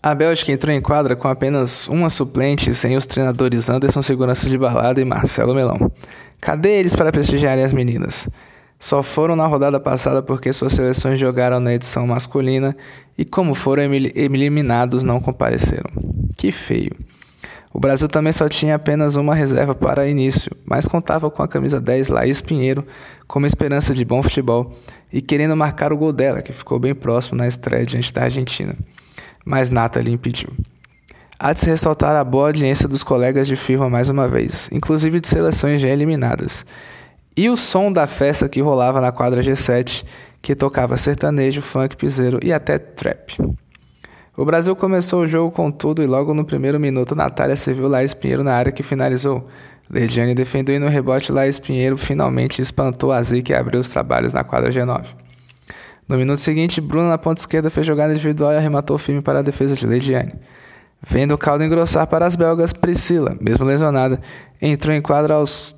A Bélgica entrou em quadra com apenas uma suplente, sem os treinadores Anderson Segurança de Balada e Marcelo Melão. Cadê eles para prestigiarem as meninas? Só foram na rodada passada porque suas seleções jogaram na edição masculina e, como foram eliminados, não compareceram. Que feio. O Brasil também só tinha apenas uma reserva para início, mas contava com a camisa 10 Laís Pinheiro como esperança de bom futebol e querendo marcar o gol dela, que ficou bem próximo na estreia diante da Argentina. Mas Nathalie impediu. Há de se ressaltar a boa audiência dos colegas de firma mais uma vez, inclusive de seleções já eliminadas. E o som da festa que rolava na quadra G7, que tocava sertanejo, funk, piseiro e até trap. O Brasil começou o jogo com tudo e logo no primeiro minuto Natália serviu Laís Pinheiro na área que finalizou. Leidiane defendeu e no rebote Laís Pinheiro finalmente espantou a zica e abriu os trabalhos na quadra G9. No minuto seguinte, Bruna na ponta esquerda fez jogada individual e arrematou firme para a defesa de Leidiane. Vendo o caldo engrossar para as belgas, Priscila, mesmo lesionada, entrou em quadra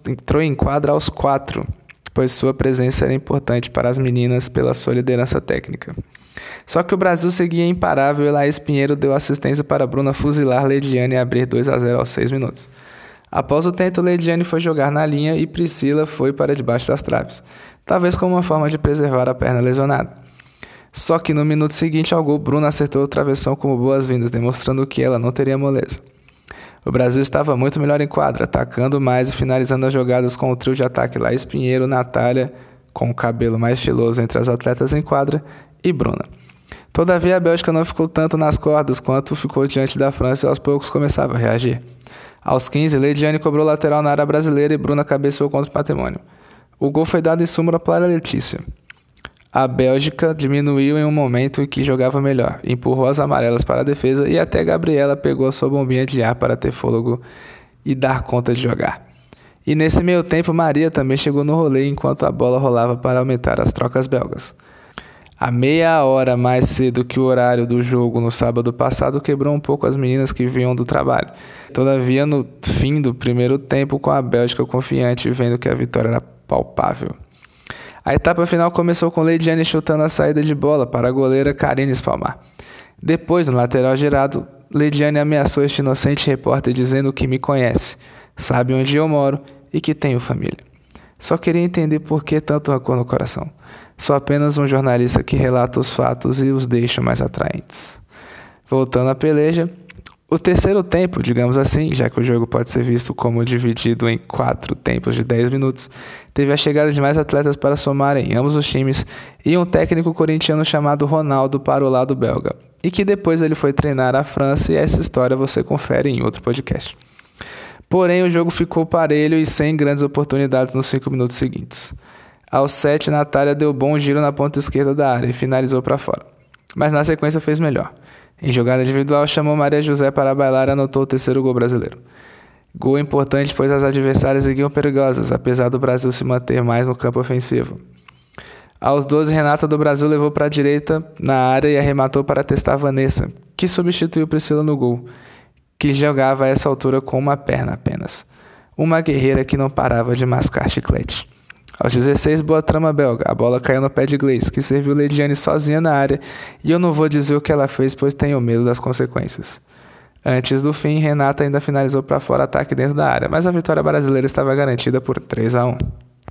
aos 4, pois sua presença era importante para as meninas pela sua liderança técnica. Só que o Brasil seguia imparável e Laís Pinheiro deu assistência para Bruna fuzilar Leidiane e abrir 2-0 aos 6 minutos. Após o tento, Leidiane foi jogar na linha e Priscila foi para debaixo das traves, talvez como uma forma de preservar a perna lesionada. Só que no minuto seguinte ao gol, Bruna acertou o travessão como boas-vindas, demonstrando que ela não teria moleza. O Brasil estava muito melhor em quadra, atacando mais e finalizando as jogadas com o trio de ataque Laís Pinheiro, Natália, com o cabelo mais estiloso entre as atletas em quadra, e Bruna. Todavia, a Bélgica não ficou tanto nas cordas quanto ficou diante da França e aos poucos começava a reagir. Aos 15, Leidiane cobrou lateral na área brasileira e Bruna cabeceou contra o patrimônio. O gol foi dado em súmula para Letícia. A Bélgica diminuiu em um momento em que jogava melhor, empurrou as amarelas para a defesa e até Gabriela pegou a sua bombinha de ar para ter fôlego e dar conta de jogar. E nesse meio tempo, Maria também chegou no rolê enquanto a bola rolava para aumentar as trocas belgas. A meia hora mais cedo que o horário do jogo no sábado passado quebrou um pouco as meninas que vinham do trabalho. Todavia, no fim do primeiro tempo, com a Bélgica confiante, vendo que a vitória era palpável. A etapa final começou com Leidiane chutando a saída de bola para a goleira Karine espalmar. Depois, no lateral girado, Leidiane ameaçou este inocente repórter dizendo que me conhece, sabe onde eu moro e que tenho família. Só queria entender por que tanto rancor no coração. Sou apenas um jornalista que relata os fatos e os deixa mais atraentes. Voltando à peleja, o terceiro tempo, digamos assim, já que o jogo pode ser visto como dividido em 4 tempos de 10 minutos, teve a chegada de mais atletas para somarem ambos os times e um técnico corintiano chamado Ronaldo para o lado belga, e que depois ele foi treinar a França e essa história você confere em outro podcast. Porém, o jogo ficou parelho e sem grandes oportunidades nos 5 minutos seguintes. Aos 7, Natália deu bom giro na ponta esquerda da área e finalizou para fora, mas na sequência fez melhor. Em jogada individual, chamou Maria José para bailar e anotou o terceiro gol brasileiro. Gol importante, pois as adversárias seguiam perigosas, apesar do Brasil se manter mais no campo ofensivo. Aos 12, Renata do Brasil levou para a direita na área e arrematou para testar Vanessa, que substituiu Priscila no gol, que jogava a essa altura com uma perna apenas. Uma guerreira que não parava de mascar chiclete. Aos 16, boa trama belga. A bola caiu no pé de Gleice, que serviu Leidiane sozinha na área, e eu não vou dizer o que ela fez, pois tenho medo das consequências. Antes do fim, Renata ainda finalizou para fora ataque dentro da área, mas a vitória brasileira estava garantida por 3-1.